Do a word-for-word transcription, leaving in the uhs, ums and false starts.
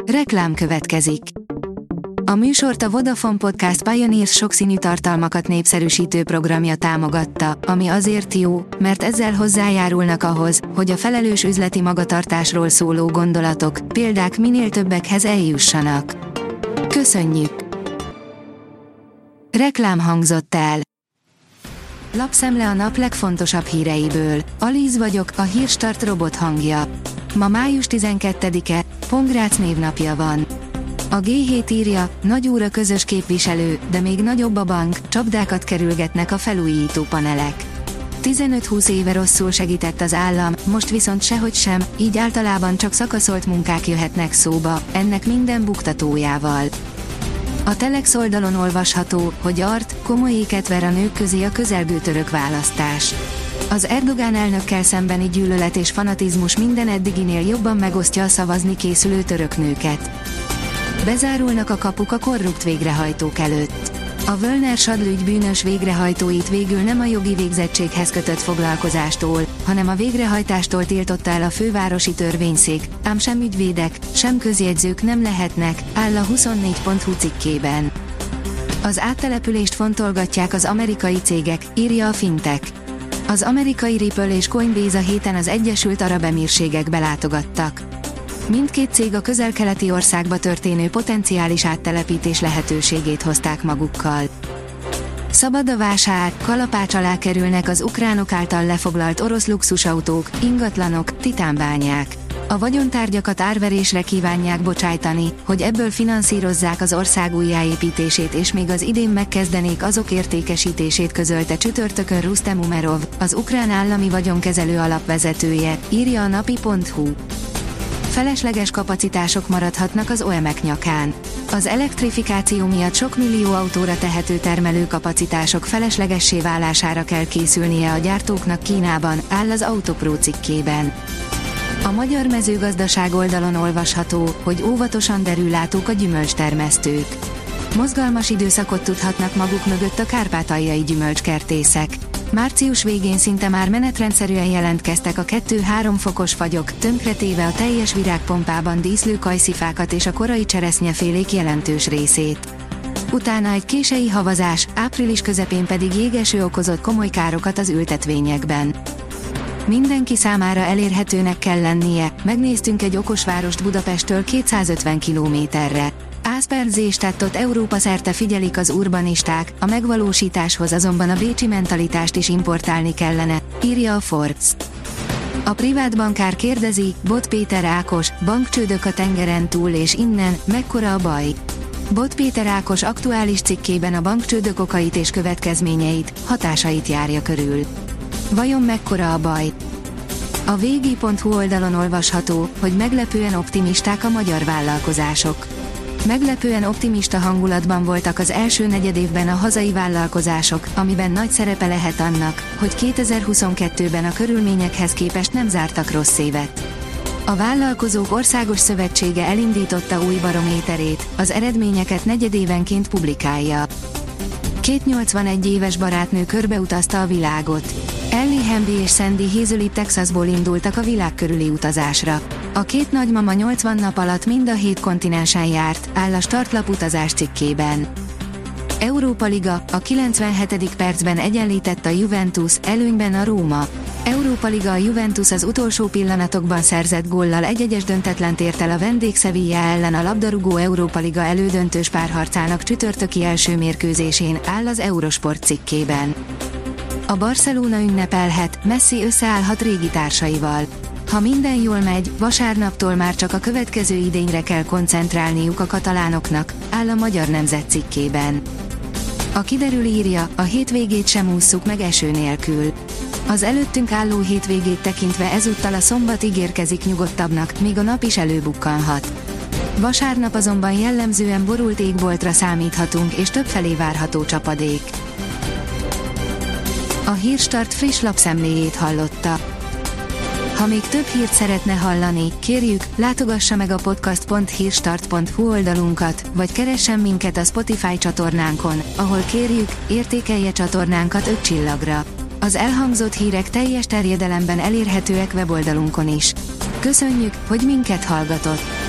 Reklám következik. A műsort a Vodafone Podcast Pioneers sokszínű tartalmakat népszerűsítő programja támogatta, ami azért jó, mert ezzel hozzájárulnak ahhoz, hogy a felelős üzleti magatartásról szóló gondolatok, példák minél többekhez eljussanak. Köszönjük! Reklám hangzott el. Lapszemle a nap legfontosabb híreiből. Alíz vagyok, a Hírstart robot hangja. Ma május tizenkettedike, Pongrác névnapja van. A gé hét írja, nagy úr a közös képviselő, de még nagyobb a bank, csapdákat kerülgetnek a felújító panelek. tizenöt-húsz éve rosszul segített az állam, most viszont sehogy sem, így általában csak szakaszolt munkák jöhetnek szóba, ennek minden buktatójával. A Telex oldalon olvasható, hogy Art komoly éket ver a nők közé a közelgő török választás. Az Erdogán elnökkel szembeni gyűlölet és fanatizmus minden eddiginél jobban megosztja a szavazni készülő török nőket. Bezárulnak a kapuk a korrupt végrehajtók előtt. A Völner Sadlügy bűnös végrehajtóit végül nem a jogi végzettséghez kötött foglalkozástól, hanem a végrehajtástól tiltotta el a fővárosi törvényszék, ám sem ügyvédek, sem közjegyzők nem lehetnek, áll a huszonnégy pont hu cikkében. Az áttelepülést fontolgatják az amerikai cégek, írja a Fintech. Az amerikai Ripple és Coinbase a héten az Egyesült Arab Emírségekbe látogattak. Mindkét cég a közel-keleti országba történő potenciális áttelepítés lehetőségét hozták magukkal. Szabad a vásár, kalapács alá kerülnek az ukránok által lefoglalt orosz luxusautók, ingatlanok, titánbányák. A vagyontárgyakat árverésre kívánják bocsájtani, hogy ebből finanszírozzák az ország újjáépítését és még az idén megkezdenék azok értékesítését, közölte csütörtökön Rustem Umerov, az ukrán állami vagyonkezelő alap vezetője, írja a napi pont hu. Felesleges kapacitások maradhatnak az o e em ek nyakán. Az elektrifikáció miatt sok millió autóra tehető termelőkapacitások feleslegessé válására kell készülnie a gyártóknak Kínában, áll az Autopro cikkében. A magyar mezőgazdaság oldalon olvasható, hogy óvatosan derűlátók a gyümölcstermesztők. Mozgalmas időszakot tudhatnak maguk mögött a kárpátaljai gyümölcskertészek. Március végén szinte már menetrendszerűen jelentkeztek a kettő-három fokos fagyok, tönkretéve a teljes virágpompában díszlő kajszifákat és a korai cseresznyefélék jelentős részét. Utána egy késői havazás, április közepén pedig jégeső okozott komoly károkat az ültetvényekben. Mindenki számára elérhetőnek kell lennie, megnéztünk egy okosvárost Budapesttől kétszázötven kilométerre. Ásperzéstettot Európa szerte figyelik az urbanisták, a megvalósításhoz azonban a bécsi mentalitást is importálni kellene, írja a Forbes. A privát bankár kérdezi, Bot Péter Ákos, bankcsődök a tengeren túl és innen, mekkora a baj? Bot Péter Ákos aktuális cikkében a bankcsődök okait és következményeit, hatásait járja körül. Vajon mekkora a baj? A vg pont hu oldalon olvasható, hogy meglepően optimisták a magyar vállalkozások. Meglepően optimista hangulatban voltak az első negyedévben a hazai vállalkozások, amiben nagy szerepe lehet annak, hogy kétezer-huszonkettőben a körülményekhez képest nem zártak rossz évet. A Vállalkozók Országos Szövetsége elindította új barométerét, az eredményeket negyedévenként publikálja. Két nyolcvanegy éves barátnő körbeutazta a világot. Ellie Hamby és Sandy Hazelip Texasból indultak a világ körüli utazásra. A két nagymama nyolcvan nap alatt mind a hét kontinensen járt, áll a Startlap utazás cikkében. Európa Liga, a kilencvenhetedik percben egyenlített a Juventus, előnyben a Róma. Európa Liga, a Juventus az utolsó pillanatokban szerzett góllal egy-egyes döntetlent ért el a vendég Sevilla ellen a labdarúgó Európa Liga elődöntős párharcának csütörtöki első mérkőzésén, áll az Eurosport cikkében. A Barcelona ünnepelhet, Messi összeállhat régi társaival. Ha minden jól megy, vasárnaptól már csak a következő idényre kell koncentrálniuk a katalánoknak, áll a Magyar Nemzet cikkében. A kiderül írja, a hétvégét sem ússzuk meg eső nélkül. Az előttünk álló hétvégét tekintve ezúttal a szombat ígérkezik nyugodtabbnak, míg a nap is előbukkanhat. Vasárnap azonban jellemzően borult égboltra számíthatunk és többfelé várható csapadék. A Hírstart friss lapszemléjét hallotta. Ha még több hírt szeretne hallani, kérjük, látogassa meg a podcast pont hírstart pont hu oldalunkat, vagy keressen minket a Spotify csatornánkon, ahol kérjük, értékelje csatornánkat öt csillagra. Az elhangzott hírek teljes terjedelemben elérhetőek weboldalunkon is. Köszönjük, hogy minket hallgatott!